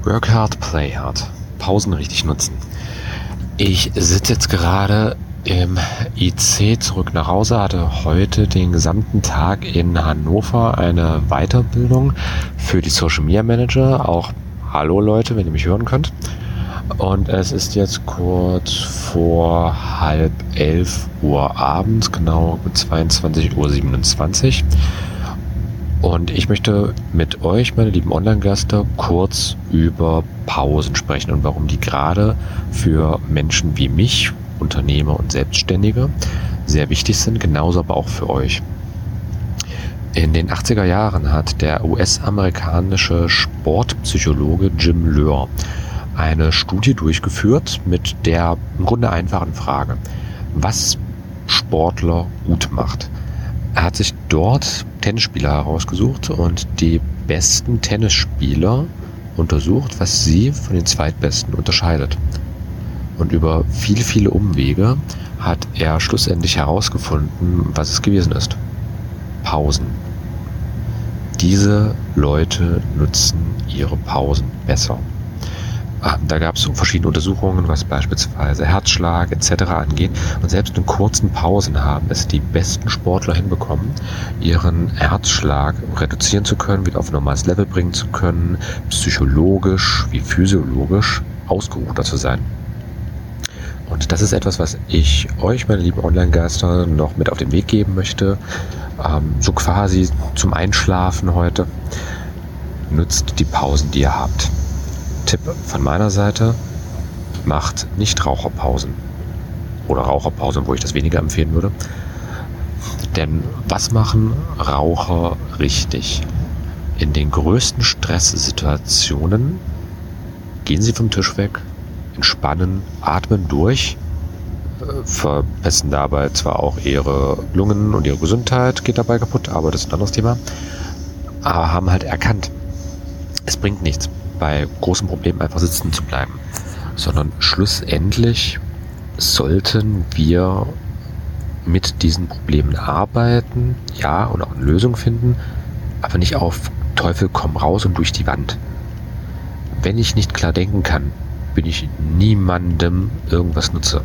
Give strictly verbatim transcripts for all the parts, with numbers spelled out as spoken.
Work hard, play hard. Pausen richtig nutzen. Ich sitze jetzt gerade im I C zurück nach Hause, hatte heute den gesamten Tag in Hannover eine Weiterbildung für die Social Media Manager. Auch hallo Leute, wenn ihr mich hören könnt. Und es ist jetzt kurz vor halb elf Uhr abends, genau zweiundzwanzig Uhr siebenundzwanzig. Und ich möchte mit euch, meine lieben Online-Gaster, kurz über Pausen sprechen und warum die gerade für Menschen wie mich, Unternehmer und Selbstständige, sehr wichtig sind, genauso aber auch für euch. In den achtziger Jahren hat der U S-amerikanische Sportpsychologe Jim Loehr eine Studie durchgeführt mit der im Grunde einfachen Frage, was Sportler gut macht. Er hat sich dort Tennisspieler herausgesucht und die besten Tennisspieler untersucht, was sie von den zweitbesten unterscheidet. Und über viele, viele Umwege hat er schlussendlich herausgefunden, was es gewesen ist. Pausen. Diese Leute nutzen ihre Pausen besser. Da gab es verschiedene Untersuchungen, was beispielsweise Herzschlag et cetera angeht. Und selbst in kurzen Pausen haben es die besten Sportler hinbekommen, ihren Herzschlag reduzieren zu können, wieder auf ein normales Level bringen zu können, psychologisch wie physiologisch ausgeruhter zu sein. Und das ist etwas, was ich euch, meine lieben Online-Geister, noch mit auf den Weg geben möchte. Ähm, so quasi zum Einschlafen heute. Nutzt die Pausen, die ihr habt. Tipp von meiner Seite, macht nicht Raucherpausen oder Raucherpausen, wo ich das weniger empfehlen würde. Denn was machen Raucher richtig? In den größten Stresssituationen gehen sie vom Tisch weg, entspannen, atmen durch, verbessern dabei zwar auch ihre Lungen und ihre Gesundheit, geht dabei kaputt, aber das ist ein anderes Thema, aber haben halt erkannt, es bringt nichts, bei großen Problemen einfach sitzen zu bleiben, sondern schlussendlich sollten wir mit diesen Problemen arbeiten, ja, und auch eine Lösung finden, aber nicht auf Teufel komm raus und durch die Wand. Wenn ich nicht klar denken kann, bin ich niemandem irgendwas nutze.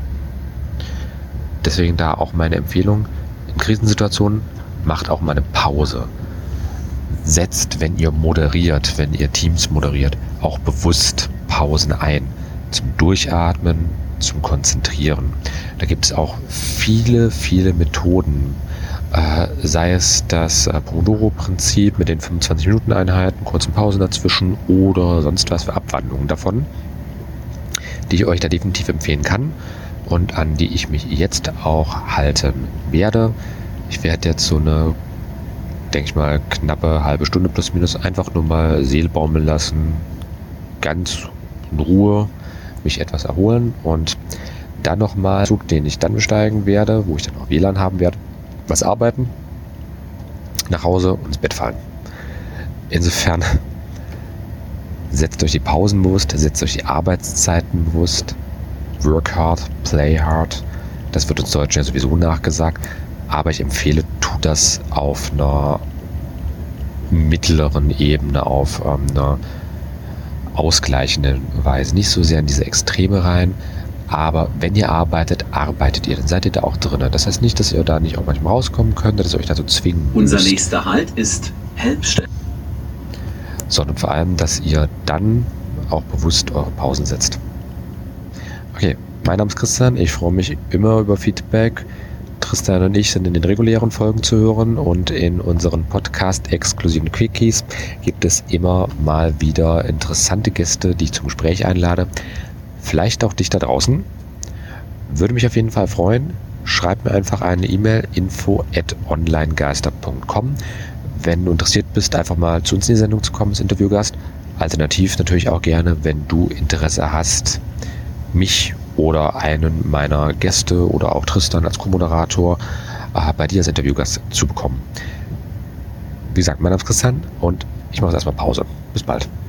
Deswegen da auch meine Empfehlung, in Krisensituationen macht auch mal eine Pause. Setzt, wenn ihr moderiert, wenn ihr Teams moderiert, auch bewusst Pausen ein. Zum Durchatmen, zum Konzentrieren. Da gibt es auch viele, viele Methoden. Äh, sei es das äh, Pomodoro-Prinzip mit den fünfundzwanzig-Minuten-Einheiten, kurzen Pausen dazwischen oder sonst was für Abwandlungen davon, die ich euch da definitiv empfehlen kann und an die ich mich jetzt auch halten werde. Ich werde jetzt so eine, denke ich mal, knappe halbe Stunde plus minus einfach nur mal Seele baumeln lassen, ganz in Ruhe mich etwas erholen und dann nochmal Zug, den ich dann besteigen werde, wo ich dann auch W L A N haben werde, was arbeiten, nach Hause und ins Bett fallen. Insofern setzt euch die Pausen bewusst, setzt euch die Arbeitszeiten bewusst, work hard, play hard, das wird uns Deutschen ja sowieso nachgesagt. Aber ich empfehle, tut das auf einer mittleren Ebene, auf ähm, einer ausgleichenden Weise. Nicht so sehr in diese Extreme rein, aber wenn ihr arbeitet, arbeitet ihr, dann seid ihr da auch drin. Das heißt nicht, dass ihr da nicht auch manchmal rauskommen könnt, dass ihr euch da so zwingen müsst. Unser nächster Halt ist Helpstelle. Sondern vor allem, dass ihr dann auch bewusst eure Pausen setzt. Okay, mein Name ist Christian, ich freue mich immer über Feedback. Christian und ich sind in den regulären Folgen zu hören und in unseren Podcast-exklusiven Quickies gibt es immer mal wieder interessante Gäste, die ich zum Gespräch einlade. Vielleicht auch dich da draußen. Würde mich auf jeden Fall freuen. Schreib mir einfach eine E-Mail, info at onlinegeister punkt com. Wenn du interessiert bist, einfach mal zu uns in die Sendung zu kommen als Interviewgast. Alternativ natürlich auch gerne, wenn du Interesse hast, mich oder einen meiner Gäste oder auch Tristan als Co-Moderator äh, bei dir als Interviewgast zu bekommen. Wie gesagt, mein Name ist Christian und ich mache jetzt erstmal Pause. Bis bald.